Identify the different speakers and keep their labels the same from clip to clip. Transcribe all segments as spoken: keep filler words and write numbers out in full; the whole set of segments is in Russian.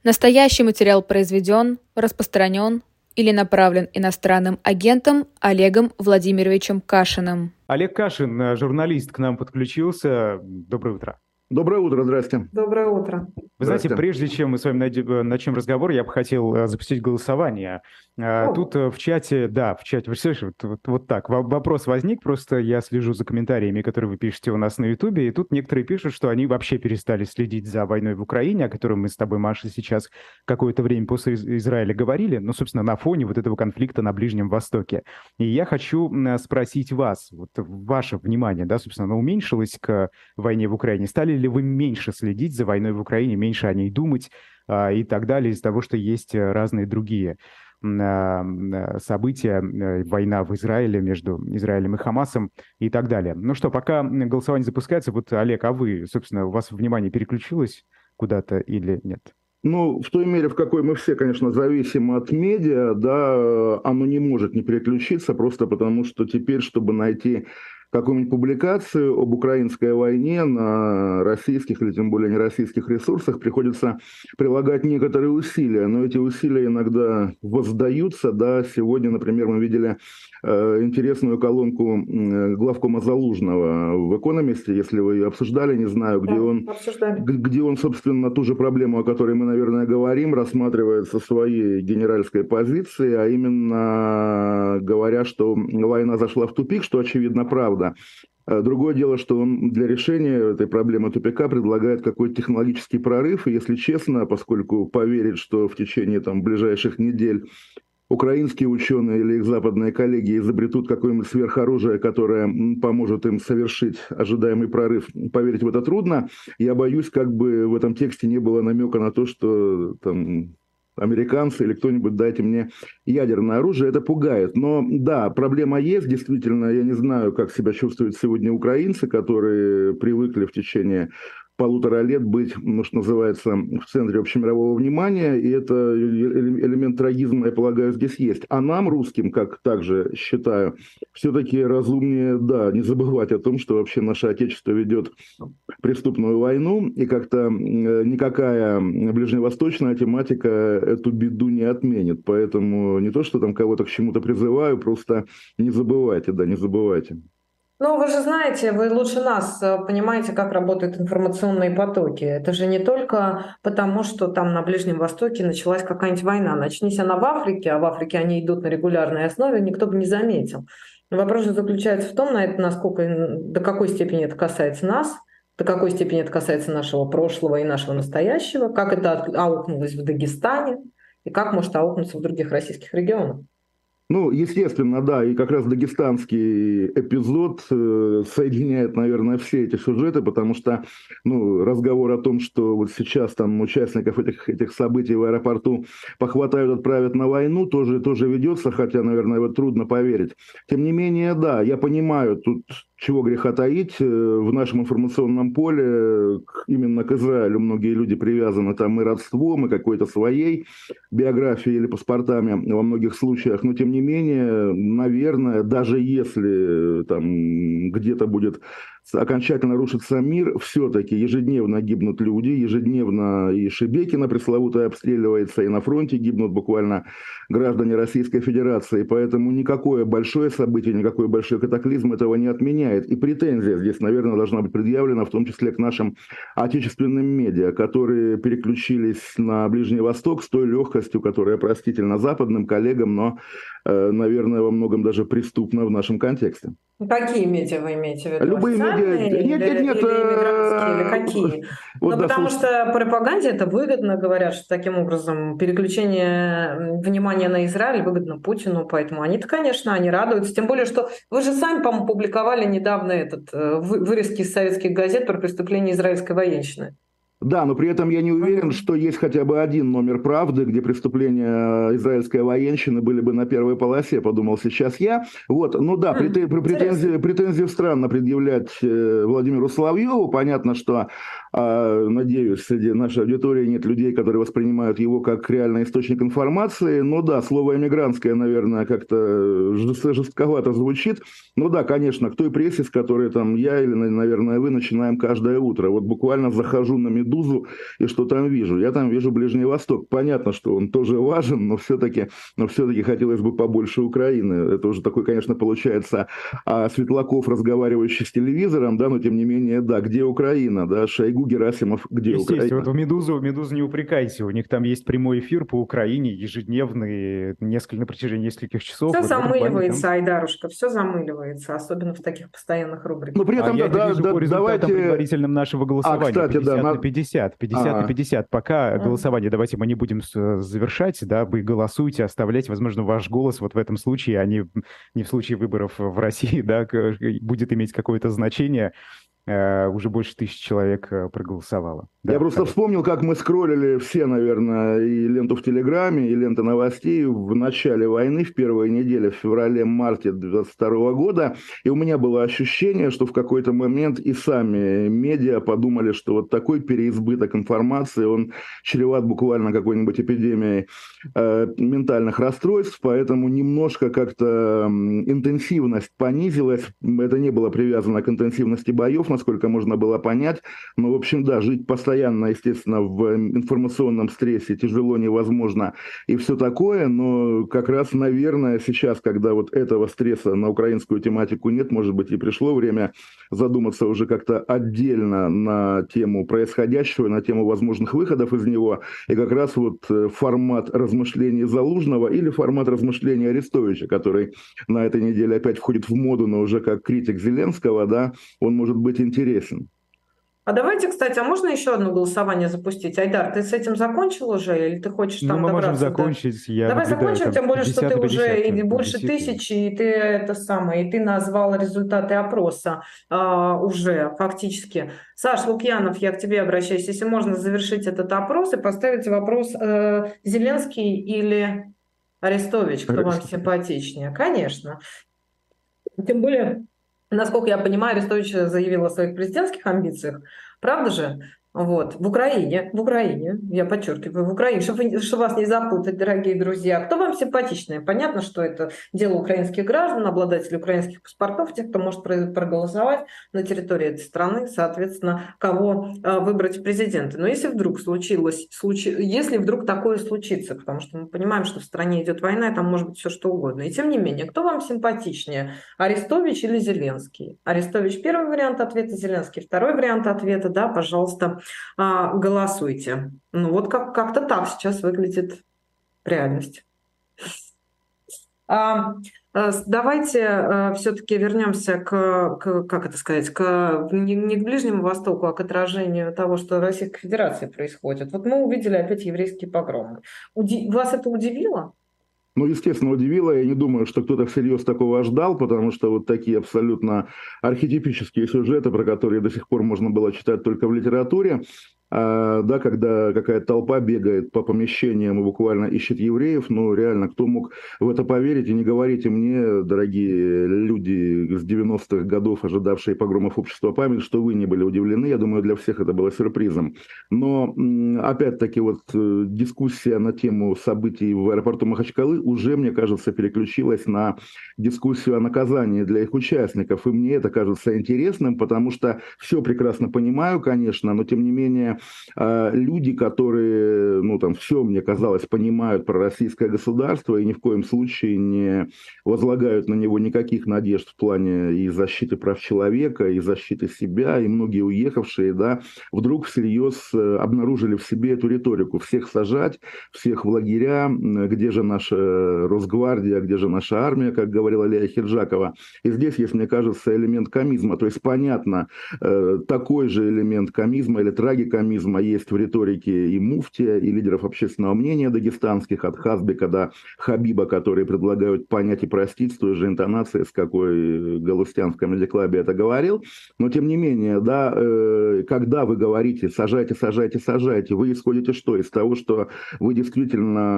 Speaker 1: Настоящий материал произведен, распространен или направлен иностранным агентом Олегом Владимировичем Кашиным.
Speaker 2: Олег Кашин, журналист, к нам подключился. Доброе утро.
Speaker 3: Доброе утро, здрасте.
Speaker 4: Доброе утро.
Speaker 2: Вы знаете, прежде чем мы с вами начнем разговор, я бы хотел запустить голосование. О. Тут в чате, да, в чате, вы слышите, вот, вот, вот так, вопрос возник, просто я слежу за комментариями, которые вы пишете у нас на Ютубе, и тут некоторые пишут, что они вообще перестали следить за войной в Украине, о которой мы с тобой, Маша, сейчас какое-то время после Израиля говорили, ну, собственно, на фоне вот этого конфликта на Ближнем Востоке. И я хочу спросить вас, вот ваше внимание, да, собственно, оно уменьшилось к войне в Украине? Стали ли вы меньше следить за войной в Украине, меньше о ней думать а, и так далее, из-за того, что есть разные другие события, война в Израиле между Израилем и Хамасом и так далее. Ну что, пока голосование запускается, вот, Олег, а вы, собственно, у вас внимание переключилось куда-то или нет?
Speaker 3: Ну, в той мере, в какой мы все, конечно, зависим от медиа, да, оно не может не переключиться, просто потому что теперь, чтобы найти какую-нибудь публикацию об украинской войне на российских или тем более нероссийских ресурсах, приходится прилагать некоторые усилия, но эти усилия иногда воздаются, да, сегодня, например, мы видели э, интересную колонку э, главкома Залужного в «Экономисте», если вы ее обсуждали, не знаю, где, да, он, где он, собственно, ту же проблему, о которой мы, наверное, говорим, рассматривает со своей генеральской позиции, а именно говоря, что война зашла в тупик, что, очевидно, правда. Другое дело, что он для решения этой проблемы тупика предлагает какой-то технологический прорыв, и, если честно, поскольку поверить, что в течение там, ближайших недель украинские ученые или их западные коллеги изобретут какое-нибудь сверхоружие, которое поможет им совершить ожидаемый прорыв, поверить в это трудно. Я боюсь, как бы в этом тексте не было намека на то, что там американцы или кто-нибудь, дайте мне ядерное оружие, это пугает. Но да, проблема есть, действительно, я не знаю, как себя чувствуют сегодня украинцы, которые привыкли в течение полутора лет быть, ну, что называется, в центре общемирового внимания, и это элемент трагизма, я полагаю, здесь есть. А нам, русским, как также считаю, все-таки разумнее, да, не забывать о том, что вообще наше Отечество ведет преступную войну, и как-то никакая ближневосточная тематика эту беду не отменит. Поэтому не то, что там кого-то к чему-то призываю, просто не забывайте, да, не забывайте.
Speaker 4: Ну, вы же знаете, вы лучше нас понимаете, как работают информационные потоки. Это же не только потому, что там на Ближнем Востоке началась какая-нибудь война. Начнись она в Африке, а в Африке они идут на регулярной основе, никто бы не заметил. Но вопрос же заключается в том, насколько, до какой степени это касается нас, до какой степени это касается нашего прошлого и нашего настоящего, как это аукнулось в Дагестане и как может аукнуться в других российских регионах.
Speaker 3: Ну, естественно, да, и как раз дагестанский эпизод э, соединяет, наверное, все эти сюжеты, потому что, ну, разговор о том, что вот сейчас там участников этих, этих событий в аэропорту похватают, отправят на войну, тоже, тоже ведется, хотя, наверное, вот трудно поверить. Тем не менее, да, я понимаю, тут чего греха таить, в нашем информационном поле именно к Израилю многие люди привязаны там и родством, и какой-то своей биографией или паспортами во многих случаях, но тем не менее, наверное, даже если там где-то будет окончательно рушится мир, все-таки ежедневно гибнут люди, ежедневно и Шебекино пресловутое обстреливается, и на фронте гибнут буквально граждане Российской Федерации, поэтому никакое большое событие, никакой большой катаклизм этого не отменяет. И претензия здесь, наверное, должна быть предъявлена в том числе к нашим отечественным медиа, которые переключились на Ближний Восток с той легкостью, которая простительна западным коллегам, но, наверное, во многом даже преступна в нашем контексте.
Speaker 4: Какие медиа вы имеете в виду?
Speaker 3: Любые медиа. Нет,
Speaker 4: или,
Speaker 3: нет, нет.
Speaker 4: Или иммигрантские, или какие?
Speaker 3: Вот,
Speaker 4: ну,
Speaker 3: да,
Speaker 4: потому
Speaker 3: слушайте.
Speaker 4: что пропаганде это выгодно, говорят, что таким образом переключение внимания на Израиль выгодно Путину, поэтому они-то, конечно, они радуются. Тем более, что вы же сами, по-моему, публиковали недавно этот, вырезки из советских газет про преступление израильской военщины.
Speaker 3: Да, но при этом я не уверен,
Speaker 4: uh-huh.
Speaker 3: что есть хотя бы один номер «Правды», где преступления израильской военщины были бы на первой полосе, подумал сейчас я. Вот, ну да, uh-huh. претензии, претензии странно предъявлять Владимиру Соловьеву. Понятно, что, надеюсь, среди нашей аудитории нет людей, которые воспринимают его как реальный источник информации. Но да, слово «эмигрантское», наверное, как-то жестковато звучит. Ну да, конечно, к той прессе, с которой там я или, наверное, вы начинаем каждое утро. Вот буквально захожу на меду «Медузу» и что там вижу? Я там вижу Ближний Восток. Понятно, что он тоже важен, но все-таки, но все-таки хотелось бы побольше Украины. Это уже такой, конечно, получается а Светлаков, разговаривающий с телевизором, да, но тем не менее, да, где Украина, да, Шойгу, Герасимов, где Украина?
Speaker 2: Естественно, вот в «Медузу», «Медузу» не упрекайте, у них там есть прямой эфир по Украине, ежедневный, несколько, на протяжении нескольких часов.
Speaker 4: Все
Speaker 2: Вот в этом плане
Speaker 4: замыливается,
Speaker 2: там...
Speaker 4: Айдарушка, все замыливается, особенно в таких постоянных рубриках.
Speaker 3: Но при этом,
Speaker 2: А я
Speaker 3: да,
Speaker 2: не вижу
Speaker 3: да,
Speaker 2: по результатам
Speaker 3: давайте...
Speaker 2: предварительным нашего голосования.
Speaker 3: А, кстати,
Speaker 2: пятьдесят
Speaker 3: да,
Speaker 2: на
Speaker 3: на...
Speaker 2: пятьдесят. пятьдесят
Speaker 3: а...
Speaker 2: на пятьдесят. Пока
Speaker 4: А.
Speaker 2: голосование, давайте мы не будем завершать, да, вы голосуйте, оставляйте, возможно, ваш голос вот в этом случае, а не, не в случае выборов в России, да, будет иметь какое-то значение. Uh, уже больше тысячи человек uh, проголосовало.
Speaker 3: Я
Speaker 2: да,
Speaker 3: просто
Speaker 2: хорошо.
Speaker 3: вспомнил, как мы скроллили все, наверное, и ленту в Телеграме, и ленту новостей в начале войны, в первой неделе, в феврале-марте двадцать второго года, и у меня было ощущение, что в какой-то момент и сами медиа подумали, что вот такой переизбыток информации, он чреват буквально какой-нибудь эпидемией э, ментальных расстройств, поэтому немножко как-то интенсивность понизилась, это не было привязано к интенсивности боев, насколько можно было понять. Но, в общем, да, жить постоянно, естественно, в информационном стрессе тяжело, невозможно и все такое. Но как раз, наверное, сейчас, когда вот этого стресса на украинскую тематику нет, может быть, и пришло время задуматься уже как-то отдельно на тему происходящего, на тему возможных выходов из него. И как раз вот формат размышлений Залужного или формат размышлений Арестовича, который на этой неделе опять входит в моду, но уже как критик Зеленского, да, он может быть интересен.
Speaker 4: А давайте, кстати, а можно еще одно голосование запустить? Айдар, ты с этим закончил уже или ты хочешь
Speaker 2: Ну,
Speaker 4: там
Speaker 2: мы
Speaker 4: добраться?
Speaker 2: можем закончить.
Speaker 4: До...
Speaker 2: Я
Speaker 4: Давай
Speaker 2: наблюдаю,
Speaker 4: закончим,
Speaker 2: там
Speaker 4: тем более, что ты уже и больше
Speaker 2: висит.
Speaker 4: тысячи, и ты это самое, и ты назвал результаты опроса а, уже фактически. Саш Лукьянов, я к тебе обращаюсь. Если можно завершить этот опрос и поставить вопрос, э, Зеленский или Арестович, кто вам симпатичнее? Конечно. Тем более... Насколько я понимаю, Арестович заявил о своих президентских амбициях. Правда же? Вот. В Украине, в Украине, я подчеркиваю, в Украине, чтобы, чтобы вас не запутать, дорогие друзья. Кто вам симпатичнее? Понятно, что это дело украинских граждан, обладателей украинских паспортов, тех, кто может проголосовать на территории этой страны, соответственно, кого выбрать в президенты. Но если вдруг случилось, случи, если вдруг такое случится, потому что мы понимаем, что в стране идет война, и там может быть все что угодно. И тем не менее, кто вам симпатичнее? Арестович или Зеленский? Арестович первый вариант ответа, Зеленский второй вариант ответа, да, пожалуйста, голосуйте. Ну вот как- как-то так сейчас выглядит реальность. А, давайте все-таки вернемся к, к, как это сказать, к, не, не к Ближнему Востоку, а к отражению того, что в Российской Федерации происходит. Вот мы увидели опять еврейские погромы. Уди... Вас это удивило?
Speaker 3: Ну, естественно, удивило. Я не думаю, что кто-то всерьез такого ждал, потому что вот такие абсолютно архетипические сюжеты, про которые до сих пор можно было читать только в литературе, а, да, когда какая-то толпа бегает по помещениям и буквально ищет евреев, ну, реально, кто мог в это поверить? И не говорите мне, дорогие люди с девяностых годов, ожидавшие погромов общества памяти, что вы не были удивлены. Я думаю, для всех это было сюрпризом. Но, опять-таки, вот дискуссия на тему событий в аэропорту Махачкалы уже, мне кажется, переключилась на дискуссию о наказании для их участников. И мне это кажется интересным, потому что все прекрасно понимаю, конечно, но, тем не менее, люди, которые, ну, там, все, мне казалось, понимают про российское государство и ни в коем случае не возлагают на него никаких надежд в плане и защиты прав человека, и защиты себя, и многие уехавшие, да, вдруг всерьез обнаружили в себе эту риторику: всех сажать, всех в лагеря, где же наша Росгвардия, где же наша армия, как говорила Лея Хиджакова. И здесь есть, мне кажется, элемент комизма. То есть, понятно, такой же элемент комизма или трагикомизма есть в риторике и муфтия, и лидеров общественного мнения дагестанских, от Хазбека до Хабиба, которые предлагают понять и простить с той же интонацией, с какой Галустян в Comedy Club это говорил. Но, тем не менее, да, когда вы говорите «сажайте, сажайте, сажайте», вы исходите что? Из того, что вы действительно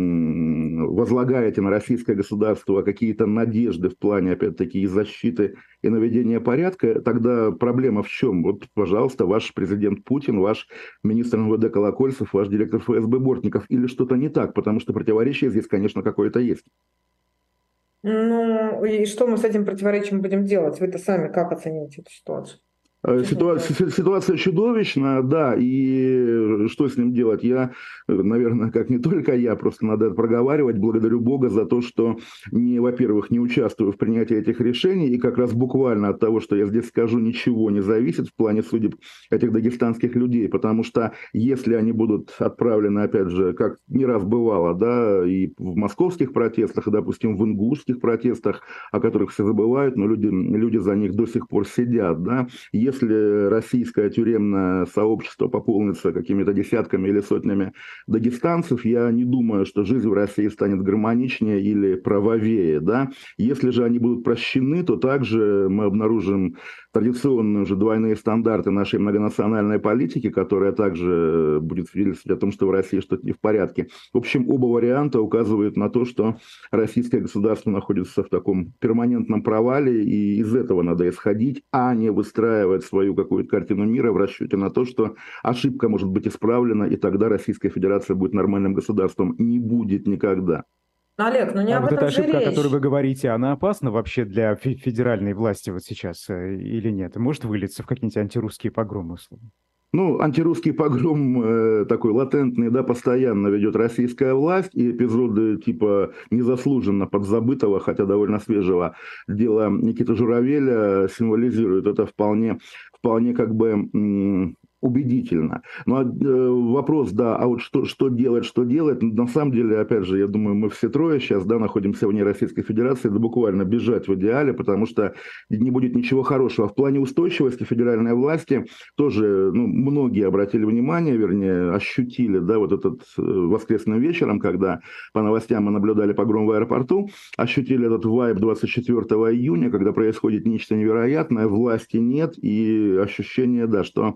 Speaker 3: возлагаете на российское государство какие-то надежды в плане, опять-таки, и защиты, и наведения порядка, тогда проблема в чем? Вот, пожалуйста, ваш президент Путин, ваш министр эн вэ дэ Колокольцев, ваш директор эф эс бэ Бортников, или что-то не так, потому что противоречие здесь, конечно, какое-то есть.
Speaker 4: Ну, и что мы с этим противоречием будем делать? Вы-то сами как оцените эту ситуацию?
Speaker 3: Ситуация, ситуация чудовищная, да, и что с ним делать? Я, наверное, как не только я, просто надо это проговаривать, благодарю Бога за то, что, не, во-первых, не участвую в принятии этих решений, и как раз буквально от того, что я здесь скажу, ничего не зависит в плане судеб этих дагестанских людей, потому что если они будут отправлены, опять же, как не раз бывало, да, и в московских протестах, и, допустим, в ингушских протестах, о которых все забывают, но люди, люди за них до сих пор сидят, да, если российское тюремное сообщество пополнится какими-то десятками или сотнями дагестанцев, я не думаю, что жизнь в России станет гармоничнее или правовее. Да? Если же они будут прощены, то также мы обнаружим традиционные уже двойные стандарты нашей многонациональной политики, которая также будет свидетельствовать о том, что в России что-то не в порядке. В общем, оба варианта указывают на то, что российское государство находится в таком перманентном провале, и из этого надо исходить, а не выстраивать свою какую-то картину мира в расчете на то, что ошибка может быть исправлена, и тогда Российская Федерация будет нормальным государством. Не будет никогда.
Speaker 4: Олег, ну не
Speaker 2: а
Speaker 4: об
Speaker 2: вот
Speaker 4: этом
Speaker 2: эта
Speaker 4: же
Speaker 2: ошибка,
Speaker 4: речь.
Speaker 2: о которой вы говорите, она опасна вообще для федеральной власти вот сейчас или нет? Может вылиться в какие-нибудь антирусские погромы, условно?
Speaker 3: Ну, антирусский погром э, такой латентный, да, постоянно ведет российская власть, и эпизоды типа незаслуженно подзабытого, хотя довольно свежего дела Никиты Журавеля символизируют это вполне, вполне как бы м- убедительно. Но э, вопрос, да, а вот что, что делать, что делать, на самом деле, опять же, я думаю, мы все трое сейчас, да, находимся вне Российской Федерации, да буквально бежать в идеале, потому что не будет ничего хорошего. В плане устойчивости федеральной власти тоже, ну, многие обратили внимание, вернее, ощутили, да, вот этот э, воскресным вечером, когда по новостям мы наблюдали погром в аэропорту, ощутили этот вайб двадцать четвёртого июня, когда происходит нечто невероятное, власти нет, и ощущение, да, что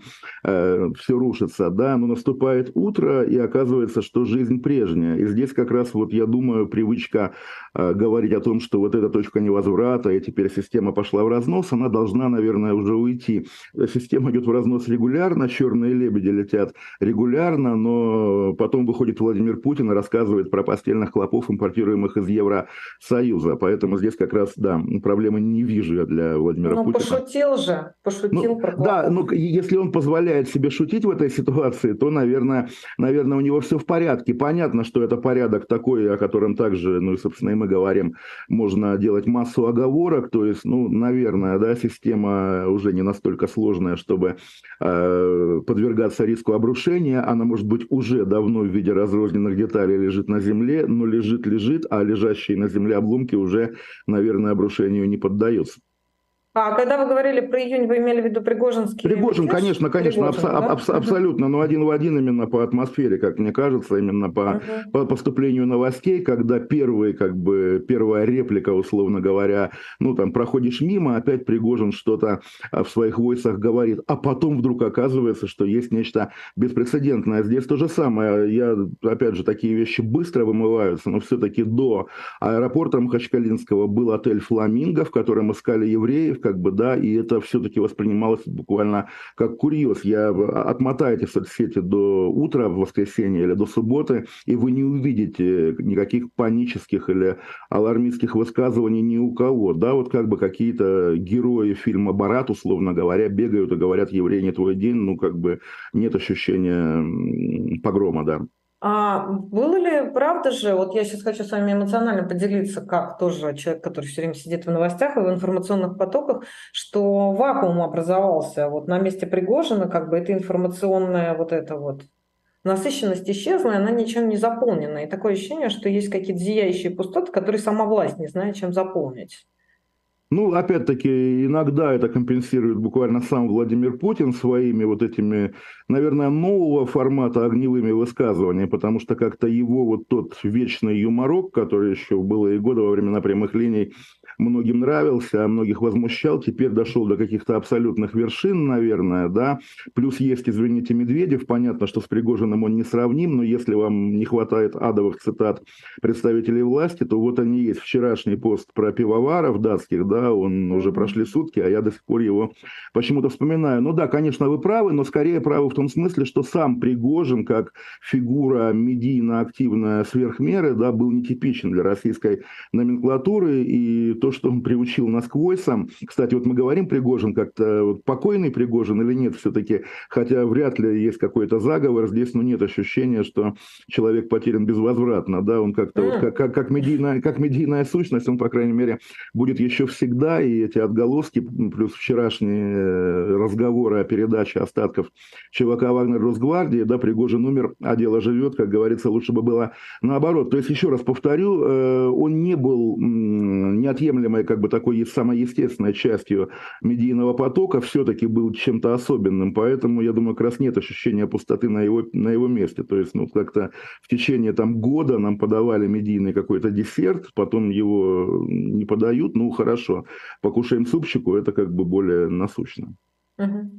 Speaker 3: все рушится, да, но наступает утро, и оказывается, что жизнь прежняя. И здесь как раз, вот я думаю, привычка э, говорить о том, что вот эта точка невозврата, и теперь система пошла в разнос, она должна, наверное, уже уйти. Система идет в разнос регулярно, черные лебеди летят регулярно, но потом выходит Владимир Путин и рассказывает про постельных клопов, импортируемых из Евросоюза. Поэтому здесь как раз, да, проблемы не вижу я для Владимира
Speaker 4: ну,
Speaker 3: Путина.
Speaker 4: пошутил же, пошутил
Speaker 3: ну,
Speaker 4: про клопов.
Speaker 3: Да, ну, если он позволяет себе шутить в этой ситуации, то, наверное, наверное, у него все в порядке. Понятно, что это порядок такой, о котором также, ну, и, собственно, и мы говорим, можно делать массу оговорок, то есть, ну, наверное, да, система уже не настолько сложная, чтобы э, подвергаться риску обрушения, она, может быть, уже давно в виде разрозненных деталей лежит на земле, но лежит, лежит, а лежащие на земле обломки уже, наверное, обрушению не поддаются.
Speaker 4: А когда вы говорили про июнь, вы имели в виду Пригожинский
Speaker 3: Пригожин,
Speaker 4: мятеж?
Speaker 3: конечно, конечно,
Speaker 4: Пригожин,
Speaker 3: абсо-
Speaker 4: да?
Speaker 3: абс- абсолютно, но один в один именно по атмосфере, как мне кажется, именно по,
Speaker 4: Угу.
Speaker 3: по поступлению новостей, когда первый, как бы, первая реплика, условно говоря, ну, там, проходишь мимо, опять Пригожин что-то в своих войсах говорит, а потом вдруг оказывается, что есть нечто беспрецедентное. Здесь то же самое, я, опять же, такие вещи быстро вымываются, но все-таки до аэропорта Махачкалинского был отель «Фламинго», в котором искали евреев, как бы, да, и это все-таки воспринималось буквально как курьез. Я отмотайте соцсети до утра в воскресенье или до субботы, и вы не увидите никаких панических или алармистских высказываний ни у кого, да, вот как бы какие-то герои фильма «Борат», условно говоря, бегают и говорят: «Еврей, не твой день», ну, как бы нет ощущения погрома, да.
Speaker 4: А было ли, правда же, вот я сейчас хочу с вами эмоционально поделиться, как тоже человек, который все время сидит в новостях и в информационных потоках, что вакуум образовался вот на месте Пригожина, как бы эта информационная вот эта вот насыщенность исчезла, и она ничем не заполнена. И такое ощущение, что есть какие-то зияющие пустоты, которые сама власть не знает, чем заполнить.
Speaker 3: Ну, опять-таки, иногда это компенсирует буквально сам Владимир Путин своими вот этими, наверное, нового формата огневыми высказываниями, потому что как-то его вот тот вечный юморок, который еще было и года во времена прямых линий, многим нравился, а многих возмущал, теперь дошел до каких-то абсолютных вершин, наверное, да. Плюс есть, извините, Медведев, понятно, что с Пригожиным он не сравним, но если вам не хватает адовых цитат представителей власти, то вот они есть. Вчерашний пост про пивоваров датских, да, он уже прошли сутки, а я до сих пор его почему-то вспоминаю. Ну да, конечно, вы правы, но скорее правы в том смысле, что сам Пригожин, как фигура медийно-активная сверх меры, да, был нетипичен для российской номенклатуры, и то, то, что он приучил насквозь сам. Кстати, вот мы говорим Пригожин как-то вот, покойный Пригожин или нет все-таки, хотя вряд ли есть какой-то заговор здесь, но нет ощущения, что человек потерян безвозвратно, да, он как-то вот как, как, как, медийная, как медийная сущность, он, по крайней мере, будет еще всегда, и эти отголоски, плюс вчерашние разговоры о передаче остатков ЧВК «Вагнер» Росгвардии, да, Пригожин умер, а дело живет, как говорится, лучше бы было наоборот. То есть, еще раз повторю, он не был неотъемлемой, как бы такой самой естественной частью медийного потока, все-таки был чем-то особенным, поэтому, я думаю, как раз нет ощущения пустоты на его, на его месте. То есть, ну, как-то в течение там года нам подавали медийный какой-то десерт, потом его не подают, ну, хорошо, покушаем супчику, это как бы более насущно.
Speaker 4: Угу.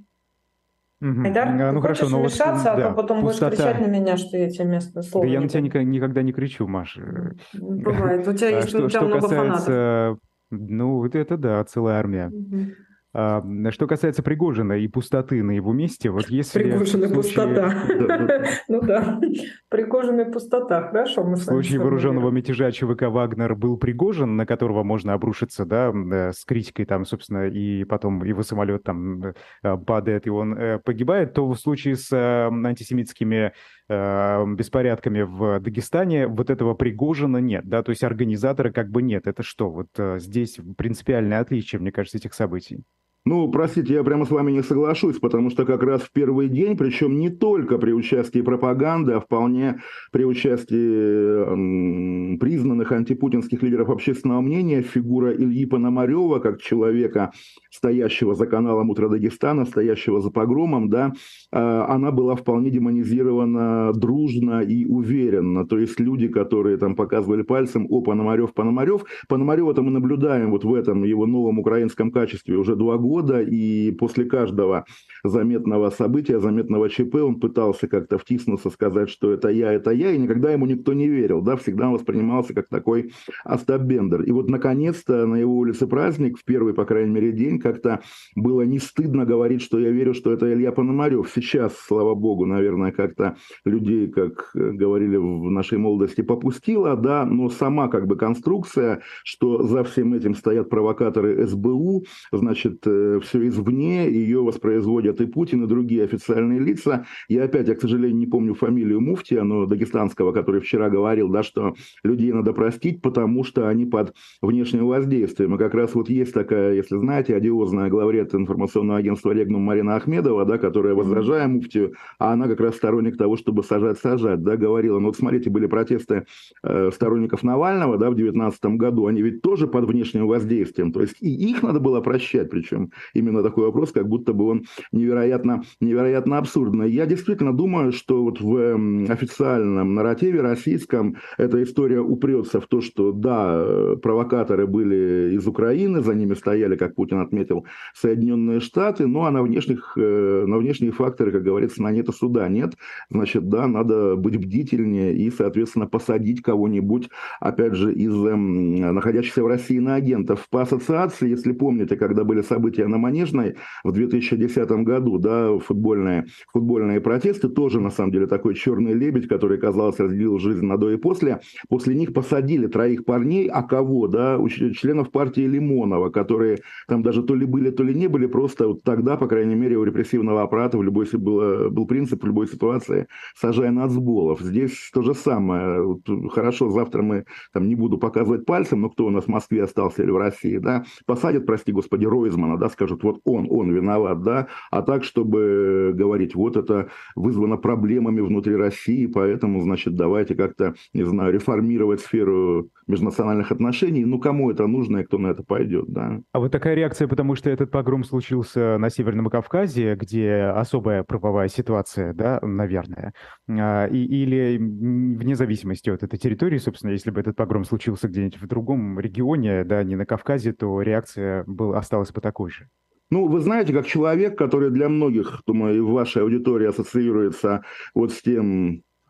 Speaker 2: Угу.
Speaker 4: Айдар,
Speaker 2: А, ну
Speaker 4: ты
Speaker 2: хорошо,
Speaker 4: хочешь
Speaker 2: но
Speaker 4: вмешаться,
Speaker 2: вот,
Speaker 4: а
Speaker 2: да,
Speaker 4: то потом
Speaker 2: пустота.
Speaker 4: будешь кричать на меня, что я тебе местное слово
Speaker 2: Да я
Speaker 4: не
Speaker 2: на тебя
Speaker 4: дам.
Speaker 2: никогда, никогда не кричу, Маша.
Speaker 4: Бывает, у тебя есть,
Speaker 2: Что,
Speaker 4: у тебя
Speaker 2: что
Speaker 4: много фанатов.
Speaker 2: касается, ну, вот это да, целая армия.
Speaker 4: Угу.
Speaker 2: А, что касается Пригожина и пустоты на его месте, вот если
Speaker 4: Пригожин и
Speaker 2: в случае,
Speaker 4: пустота. Ну да, Пригожин и пустота. Хорошо, мы
Speaker 2: в
Speaker 4: с вами
Speaker 2: случае вооруженного
Speaker 4: сформулируем.
Speaker 2: мятежа ЧВК «Вагнер» был Пригожин, на которого можно обрушиться, да, э, с критикой там, собственно, и потом его самолет там э, падает, и он э, погибает, то в случае с э, антисемитскими э, беспорядками в Дагестане вот этого Пригожина нет, да, то есть организатора как бы нет. Это что? Вот э, здесь принципиальное отличие, мне кажется, этих событий.
Speaker 3: Ну, простите, я прямо с вами не соглашусь, потому что как раз в первый день, причем не только при участии пропаганды, а вполне при участии м, признанных антипутинских лидеров общественного мнения, фигура Ильи Пономарева, как человека, стоящего за каналом «Утро Дагестана», стоящего за погромом, да, э, она была вполне демонизирована дружно и уверенно. То есть люди, которые там показывали пальцем: «О, Пономарев, Пономарев». Пономарева-то мы наблюдаем вот в этом его новом украинском качестве уже два года. года, и после каждого заметного события, заметного ЧП он пытался как-то втиснуться, сказать, что это я, это я, и никогда ему никто не верил, да, всегда он воспринимался как такой Остап Бендер. И вот, наконец-то, на его улице праздник, в первый, по крайней мере, день, как-то было не стыдно говорить, что я верю, что это Илья Пономарев. Сейчас, слава богу, наверное, как-то людей, как говорили в нашей молодости, попустило, да, но сама как бы конструкция, что за всем этим стоят провокаторы СБУ, значит, все извне, ее воспроизводят и Путин, и другие официальные лица. И опять, я, к сожалению, не помню фамилию муфтия, но дагестанского, который вчера говорил, да, что людей надо простить, потому что они под внешним воздействием. И как раз вот есть такая, если знаете, одиозная главред информационного агентства «Регнум» Марина Ахмедова, да, которая, возражая муфтию, а она как раз сторонник того, чтобы сажать-сажать, да, говорила. Ну вот смотрите, были протесты э, сторонников Навального, да, в две тысячи девятнадцатом году, они ведь тоже под внешним воздействием, то есть и их надо было прощать, причем именно такой вопрос, как будто бы он невероятно, невероятно абсурдный. Я действительно думаю, что вот в официальном нарративе российском эта история упрется в то, что да, провокаторы были из Украины, за ними стояли, как Путин отметил, Соединенные Штаты, ну а на внешних, на внешние факторы, как говорится, на нет и суда нет. Значит, да, надо быть бдительнее и, соответственно, посадить кого-нибудь, опять же, из находящихся в России иноагентов. По ассоциации, если помните, когда были события на Манежной в две тысячи десятом году, да, футбольные, футбольные протесты, тоже, на самом деле, такой черный лебедь, который, казалось, разделил жизнь на до и после. После них посадили троих парней, а кого, да, членов партии Лимонова, которые там даже то ли были, то ли не были, просто вот тогда, по крайней мере, у репрессивного аппарата в любой, был, был принцип в любой ситуации «сажай нацболов». Здесь то же самое. Вот, хорошо, завтра мы, там, не буду показывать пальцем, но кто у нас в Москве остался или в России, да, посадят, прости господи, Ройзмана, да, скажут, вот он, он виноват, да, а так, чтобы говорить, вот это вызвано проблемами внутри России, поэтому, значит, давайте как-то, не знаю, реформировать сферу межнациональных отношений, ну, кому это нужно и кто на это пойдет, да.
Speaker 2: А вот такая реакция, потому что этот погром случился на Северном Кавказе, где особая правовая ситуация, да, наверное, и, или вне зависимости от этой территории, собственно, если бы этот погром случился где-нибудь в другом регионе, да, не на Кавказе, то реакция была, осталась бы такой же.
Speaker 3: Ну, вы знаете, как человек, который для многих, думаю, и в вашей аудитории ассоциируется вот с тем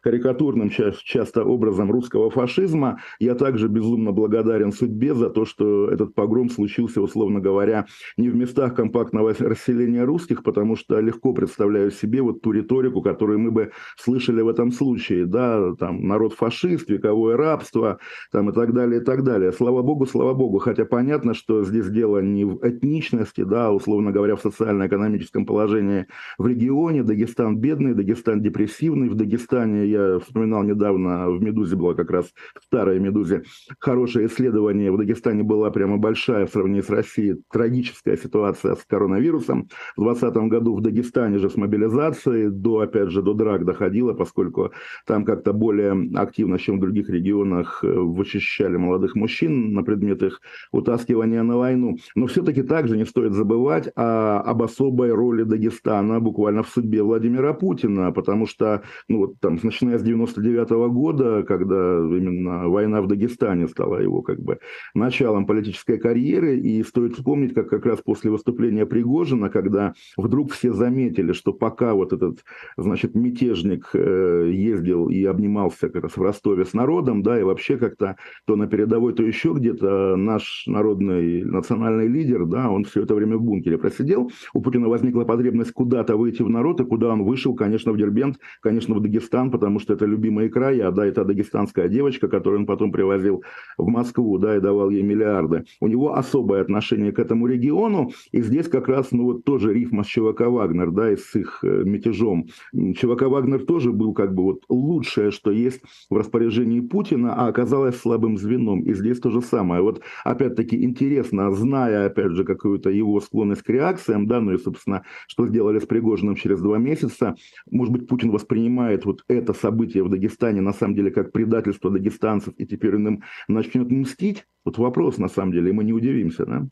Speaker 3: карикатурным часто образом русского фашизма. Я также безумно благодарен судьбе за то, что этот погром случился, условно говоря, не в местах компактного расселения русских, потому что легко представляю себе вот ту риторику, которую мы бы слышали в этом случае. Да, там народ фашист, вековое рабство, там и так далее, и так далее. Слава богу, слава богу. Хотя понятно, что здесь дело не в этничности, да, условно говоря, в социально-экономическом положении в регионе. Дагестан бедный, Дагестан депрессивный. В Дагестане, я вспоминал недавно, в «Медузе» была как раз, в старой «Медузе», хорошее исследование. В Дагестане была прямо большая в сравнении с Россией трагическая ситуация с коронавирусом. В двадцатом году в Дагестане же с мобилизацией до, опять же, до драк доходило, поскольку там как-то более активно, чем в других регионах, вычищали молодых мужчин на предмет их утаскивания на войну. Но все-таки также не стоит забывать о, об особой роли Дагестана буквально в судьбе Владимира Путина, потому что, ну вот там, начиная с девяносто девятого года, когда именно война в Дагестане стала его как бы началом политической карьеры, и стоит вспомнить, как как раз после выступления Пригожина, когда вдруг все заметили, что пока вот этот, значит, мятежник э, ездил и обнимался как раз в Ростове с народом, да, и вообще как-то то на передовой, то еще где-то наш народный национальный лидер, да, он все это время в бункере просидел. У Путина возникла потребность куда-то выйти в народ, и куда он вышел, конечно, в Дербент, конечно, в Дагестан, потому что это любимые края, да, это дагестанская девочка, которую он потом привозил в Москву, да, и давал ей миллиарды. У него особое отношение к этому региону, и здесь как раз, ну вот тоже рифма с ЧВК «Вагнер», да, и с их э, мятежом. ЧВК «Вагнер» тоже был как бы вот лучшее, что есть в распоряжении Путина, а оказалось слабым звеном. И здесь то же самое. Вот опять-таки интересно, зная, опять же, какую-то его склонность к реакциям, да, ну и, собственно, что сделали с Пригожиным через два месяца, может быть, Путин воспринимает вот это событие в Дагестане на самом деле как предательство дагестанцев, и теперь он им начнет мстить? Вот вопрос, на самом деле, и мы не удивимся, да?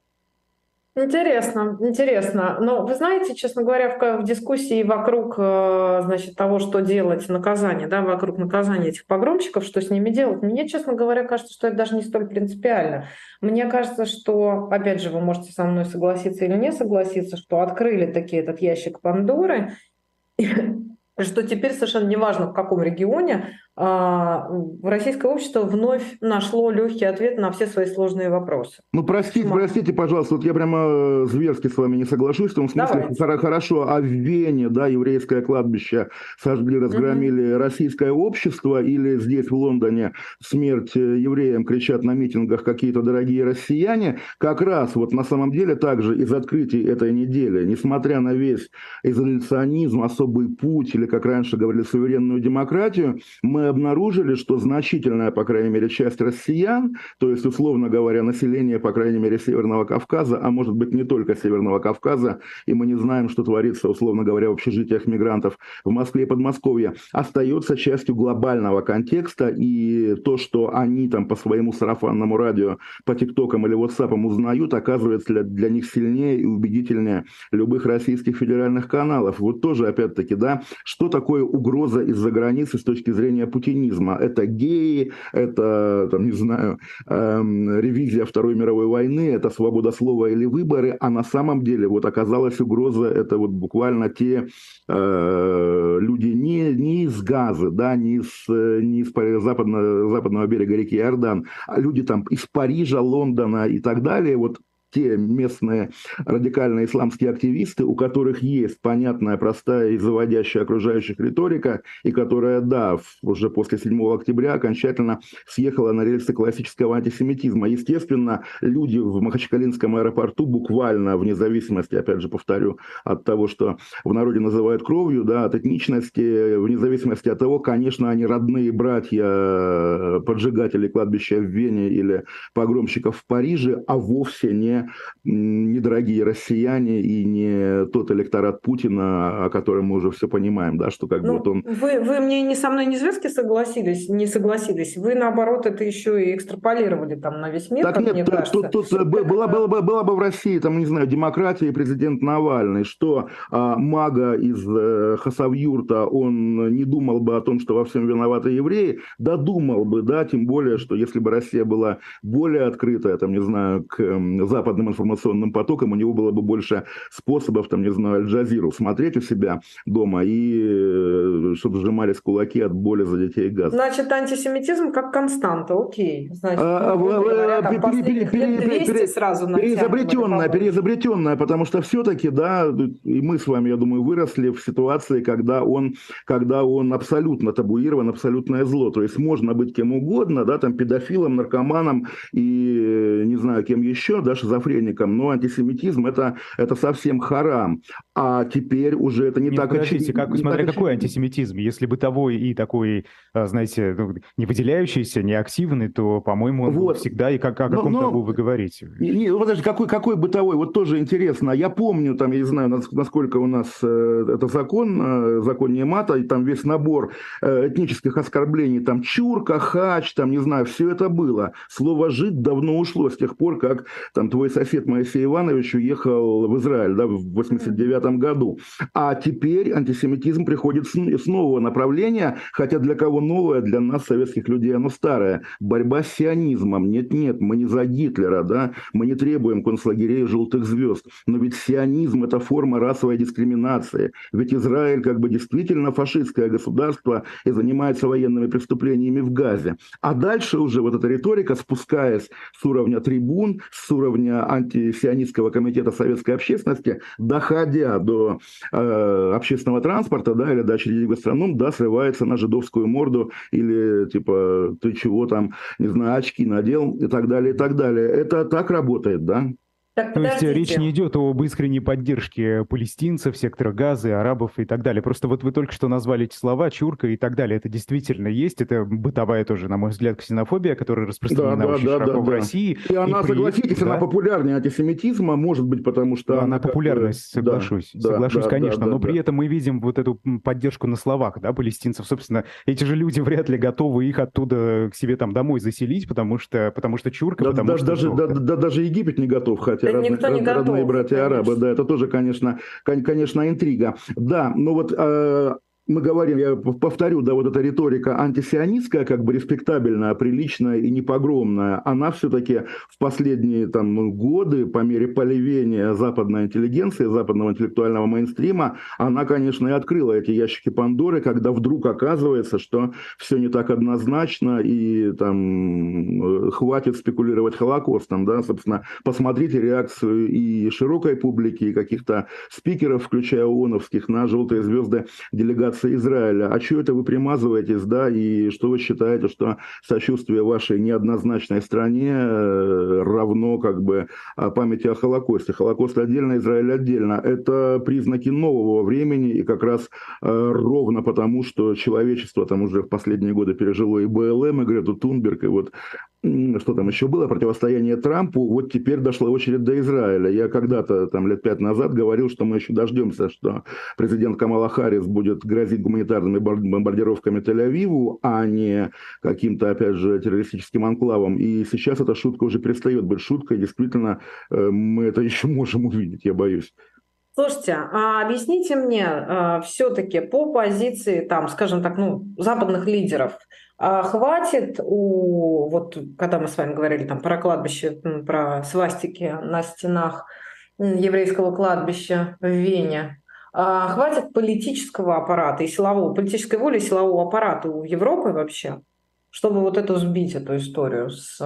Speaker 4: Интересно, интересно. Но вы знаете, честно говоря, в, в дискуссии вокруг, э, значит, того, что делать, наказание, да, вокруг наказания этих погромщиков, что с ними делать, мне, честно говоря, кажется, что это даже не столь принципиально. Мне кажется, что, опять же, вы можете со мной согласиться или не согласиться, что открыли таки этот ящик Пандоры, что теперь совершенно неважно, в каком регионе, российское общество вновь нашло легкий ответ на все свои сложные вопросы.
Speaker 3: Ну, простите,
Speaker 4: Почему?
Speaker 3: простите, пожалуйста, вот я прямо зверски с вами не соглашусь, в том смысле, Давайте. Хорошо, а в Вене, да, еврейское кладбище сожгли, разгромили, угу. Российское общество, или здесь, в Лондоне, смерть евреям кричат на митингах какие-то дорогие россияне, как раз вот на самом деле также из открытий этой недели, несмотря на весь изоляционизм, особый путь, или, как раньше говорили, суверенную демократию, мы обнаружили, что значительная, по крайней мере, часть россиян, то есть, условно говоря, население, по крайней мере, Северного Кавказа, а может быть не только Северного Кавказа, и мы не знаем, что творится, условно говоря, в общежитиях мигрантов в Москве и Подмосковье, остается частью глобального контекста, и то, что они там по своему сарафанному радио, по ТикТокам или WhatsApp узнают, оказывается для, для них сильнее и убедительнее любых российских федеральных каналов. Вот тоже, опять-таки, да, что такое угроза из-за границы с точки зрения путинизма? Это геи, это, там, не знаю, эм, ревизия Второй мировой войны, это свобода слова или выборы, а на самом деле вот оказалась угроза, это вот буквально те э, люди не, не из Газы, да, не из, не из западного, западного берега реки Иордан, а люди там из Парижа, Лондона и так далее, вот те местные радикальные исламские активисты, у которых есть понятная, простая и заводящая окружающих риторика, и которая, да, уже после седьмого октября окончательно съехала на рельсы классического антисемитизма. Естественно, люди в Махачкалинском аэропорту буквально, вне зависимости, опять же повторю, от того, что в народе называют кровью, да, от этничности, вне зависимости от того, конечно, они родные братья поджигателей кладбища в Вене или погромщиков в Париже, а вовсе не недорогие россияне и не тот электорат Путина, о котором мы уже все понимаем, да, что как
Speaker 4: ну,
Speaker 3: бы вот он...
Speaker 4: Вы, вы мне не со мной не зверски согласились, не согласились, вы наоборот это еще и экстраполировали там на весь мир,
Speaker 3: так
Speaker 4: как
Speaker 3: нет,
Speaker 4: мне
Speaker 3: тут,
Speaker 4: кажется.
Speaker 3: Тут, тут была, была, была, была бы в России, там, не знаю, демократия и президент Навальный, что а, мага из а, Хасавюрта, он не думал бы о том, что во всем виноваты евреи, да думал бы, да, тем более, что если бы Россия была более открытая, там, не знаю, к а, западным западным информационным потоком, у него было бы больше способов, там, не знаю, Аль-Джазиру смотреть у себя дома и чтобы сжимались кулаки от боли за детей Газа.
Speaker 4: Значит, антисемитизм как константа, окей. Значит, ну, говоря, там, последних лет двести сразу
Speaker 3: переизобретенная, переизобретенная, потому что все-таки, да, и мы с вами, я думаю, выросли в ситуации, когда он, когда он абсолютно табуирован, абсолютное зло. То есть можно быть кем угодно, да, там, педофилом, наркоманом и, не знаю, кем еще, да, шизофреником, но антисемитизм это, это совсем харам. А теперь уже это не
Speaker 2: Нет,
Speaker 3: так
Speaker 2: подождите,
Speaker 3: очевидно.
Speaker 2: как, смотря какой антисемитизм. Если бытовой и такой, знаете, ну, не выделяющийся, не активный, то, по-моему, он вот. всегда, и как, о каком но, табу вы говорите?
Speaker 3: Не, не, подожди, какой, какой бытовой? Вот тоже интересно. Я помню, там, я не знаю, насколько у нас э, это закон, э, закон не мата, и там весь набор э, этнических оскорблений, там, чурка, хач, там, не знаю, все это было. Слово «жид» давно ушло с тех пор, как там твой сосед Моисей Иванович уехал в Израиль, да, в восемьдесят девятом году. А теперь антисемитизм приходит с, с нового направления, хотя для кого новое, для нас, советских людей, оно старое. Борьба с сионизмом. Нет-нет, мы не за Гитлера, да, мы не требуем концлагерей желтых звезд. Но ведь сионизм – это форма расовой дискриминации. Ведь Израиль как бы действительно фашистское государство и занимается военными преступлениями в Газе. А дальше уже вот эта риторика, спускаясь с уровня трибун, с уровня антисионистского комитета советской общественности, доходя до э, общественного транспорта, да, или до очередей в гастроном, да, срывается на жидовскую морду или типа ты чего там, не знаю, очки надел и так далее, и так далее. Это так работает, да?
Speaker 4: Так,
Speaker 2: То есть речь не идет об искренней поддержке палестинцев, сектора Газы, арабов и так далее. Просто вот вы только что назвали эти слова, чурка и так далее. Это действительно есть. Это бытовая тоже, на мой взгляд, ксенофобия, которая распространена да, да, очень да, широко да, в да. России.
Speaker 3: И, и она,
Speaker 2: при...
Speaker 3: согласитесь,
Speaker 2: да.
Speaker 3: она популярнее антисемитизма, может быть, потому что...
Speaker 2: Да,
Speaker 3: она,
Speaker 2: она популярная, соглашусь.
Speaker 3: Да,
Speaker 2: соглашусь,
Speaker 3: да,
Speaker 2: конечно.
Speaker 3: Да, да,
Speaker 2: но
Speaker 3: да.
Speaker 2: при этом мы видим вот эту поддержку на словах, да, палестинцев. Собственно, эти же люди вряд ли готовы их оттуда к себе там домой заселить, потому что, потому что чурка,
Speaker 3: да,
Speaker 2: потому
Speaker 3: да,
Speaker 2: что...
Speaker 3: Даже, да, да, даже Египет не готов, хотя
Speaker 4: да
Speaker 3: разные,
Speaker 4: никто не
Speaker 3: разные
Speaker 4: готов,
Speaker 3: братья-арабы. Да, это тоже, конечно, конечно, интрига. Да, но вот э, мы говорим, я повторю, да, вот эта риторика антисионистская, как бы респектабельная, приличная и непогромная, она все-таки в последние там годы, по мере поливения западной интеллигенции, западного интеллектуального мейнстрима, она, конечно, и открыла эти ящики Пандоры, когда вдруг оказывается, что все не так однозначно и там хватит спекулировать Холокостом, да, собственно, посмотрите реакцию и широкой публики, и каких-то спикеров, включая ООНовских, на желтые звезды делегации Израиля. А что это вы примазываетесь, да, и что вы считаете, что сочувствие вашей неоднозначной стране равно как бы памяти о Холокосте? Холокост отдельно, Израиль отдельно. Это признаки нового времени, и как раз ровно потому, что человечество там уже в последние годы пережило и БЛМ, и Грету Тунберг, и вот что там еще было, противостояние Трампу, вот теперь дошла очередь до Израиля. Я когда-то, там, лет пять назад говорил, что мы еще дождемся, что президент Камала Харрис будет грозить гуманитарными бомбардировками Тель-Авиву, а не каким-то, опять же, террористическим анклавом. И сейчас эта шутка уже перестает быть шуткой. Действительно, мы это еще можем увидеть, я боюсь.
Speaker 4: Слушайте, а объясните мне а, все-таки по позиции, там, скажем так, ну, западных лидеров, а хватит у, вот когда мы с вами говорили там про кладбище, про свастики на стенах еврейского кладбища в Вене, а хватит политического аппарата и силового, политической воли и силового аппарата у Европы вообще, чтобы вот эту сбить, эту историю с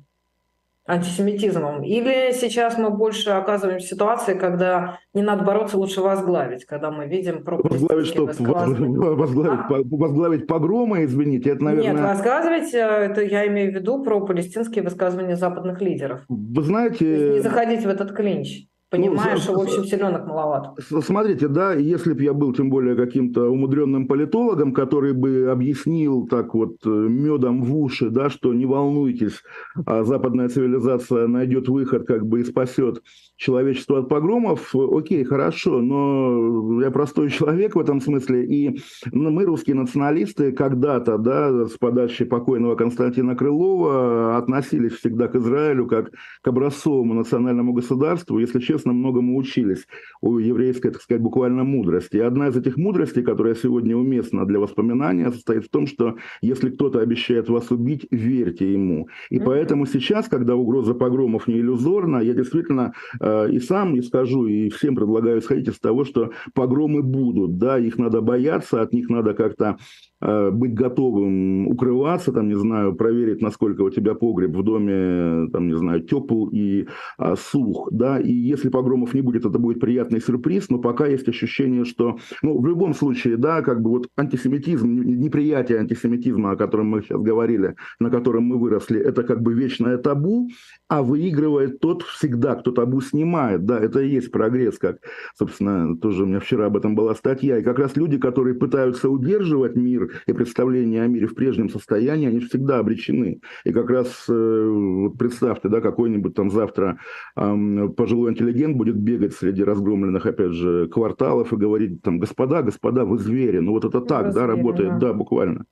Speaker 4: антисемитизмом? Или сейчас мы больше оказываемся в ситуации, когда не надо бороться, лучше возглавить, когда мы видим
Speaker 3: возглавить что? Возглавить, а? возглавить погромы, извините, это, наверное...
Speaker 4: Нет, возглавить, это я имею в виду про палестинские высказывания западных лидеров.
Speaker 3: Вы знаете...
Speaker 4: То есть не заходить в этот клинч. Понимаешь, ну, что, в общем, селенок маловато.
Speaker 3: Смотрите, да, если бы я был тем более каким-то умудренным политологом, который бы объяснил так вот медом в уши, да, что не волнуйтесь, а западная цивилизация найдет выход как бы и спасет человечество от погромов, окей, хорошо, но я простой человек в этом смысле, и мы, русские националисты, когда-то, да, с подачи покойного Константина Крылова относились всегда к Израилю как к образцовому национальному государству. Если честно, честно, многому учились у еврейской, так сказать, буквально мудрости. И одна из этих мудростей, которая сегодня уместна для воспоминания, состоит в том, что если кто-то обещает вас убить, верьте ему. И поэтому сейчас, когда угроза погромов не иллюзорна, я действительно э, и сам и скажу, и всем предлагаю исходить из того, что погромы будут, да, их надо бояться, от них надо как-то э, быть готовым укрываться, там, не знаю, проверить, насколько у тебя погреб в доме, там, не знаю, тепл и э, сух, да, и если погромов не будет, это будет приятный сюрприз, но пока есть ощущение, что, ну, в любом случае, да, как бы вот антисемитизм, неприятие антисемитизма, о котором мы сейчас говорили, на котором мы выросли, это как бы вечное табу, а выигрывает тот всегда, кто табу снимает, да, это и есть прогресс, как, собственно, тоже у меня вчера об этом была статья, и как раз люди, которые пытаются удерживать мир и представление о мире в прежнем состоянии, они всегда обречены. И как раз, вот представьте, да, какой-нибудь там завтра эм, пожилой интеллигент будет бегать среди разгромленных, опять же, кварталов и говорить там: господа, господа, вы звери. Ну вот это так, да, работает, да, буквально.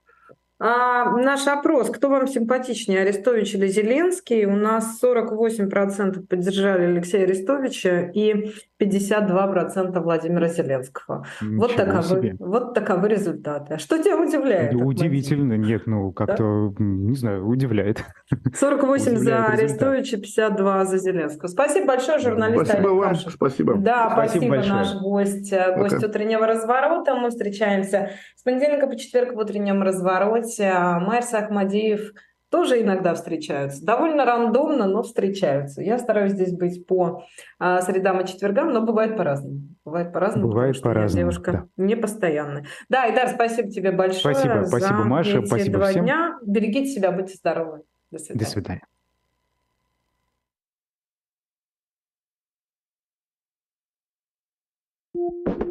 Speaker 4: А, наш опрос: кто вам симпатичнее, Арестович или Зеленский? У нас сорок восемь процентов поддержали Алексея Арестовича и пятьдесят два процента Владимира Зеленского. Вот таковы, вот таковы результаты. А что тебя удивляет?
Speaker 2: Да, удивительно. Нет, ну как-то, да? Не знаю, удивляет.
Speaker 4: сорок восемь за Арестовича, пятьдесят два за Зеленского. Спасибо большое, журналист
Speaker 3: Спасибо
Speaker 4: Олег
Speaker 3: вам,
Speaker 4: Кашин.
Speaker 3: спасибо.
Speaker 4: Да,
Speaker 2: спасибо,
Speaker 4: спасибо,
Speaker 2: большое.
Speaker 4: Наш гость, гость
Speaker 3: Пока.
Speaker 4: утреннего разворота. Мы встречаемся с понедельника по четверг в утреннем развороте. Майрс Ахмадиев тоже иногда встречаются. Довольно рандомно, но встречаются. Я стараюсь здесь быть по а, средам и четвергам, но бывает по-разному. Бывает по-разному,
Speaker 2: Бывает
Speaker 4: потому что
Speaker 2: по-разному,
Speaker 4: я девушка
Speaker 2: да.
Speaker 4: непостоянная. Да, Идар, спасибо тебе большое
Speaker 2: Спасибо,
Speaker 4: за
Speaker 2: спасибо, Маша,
Speaker 4: эти
Speaker 2: спасибо
Speaker 4: два
Speaker 2: всем.
Speaker 4: дня. Берегите себя, будьте здоровы. До свидания.
Speaker 2: До свидания.
Speaker 5: Thank you.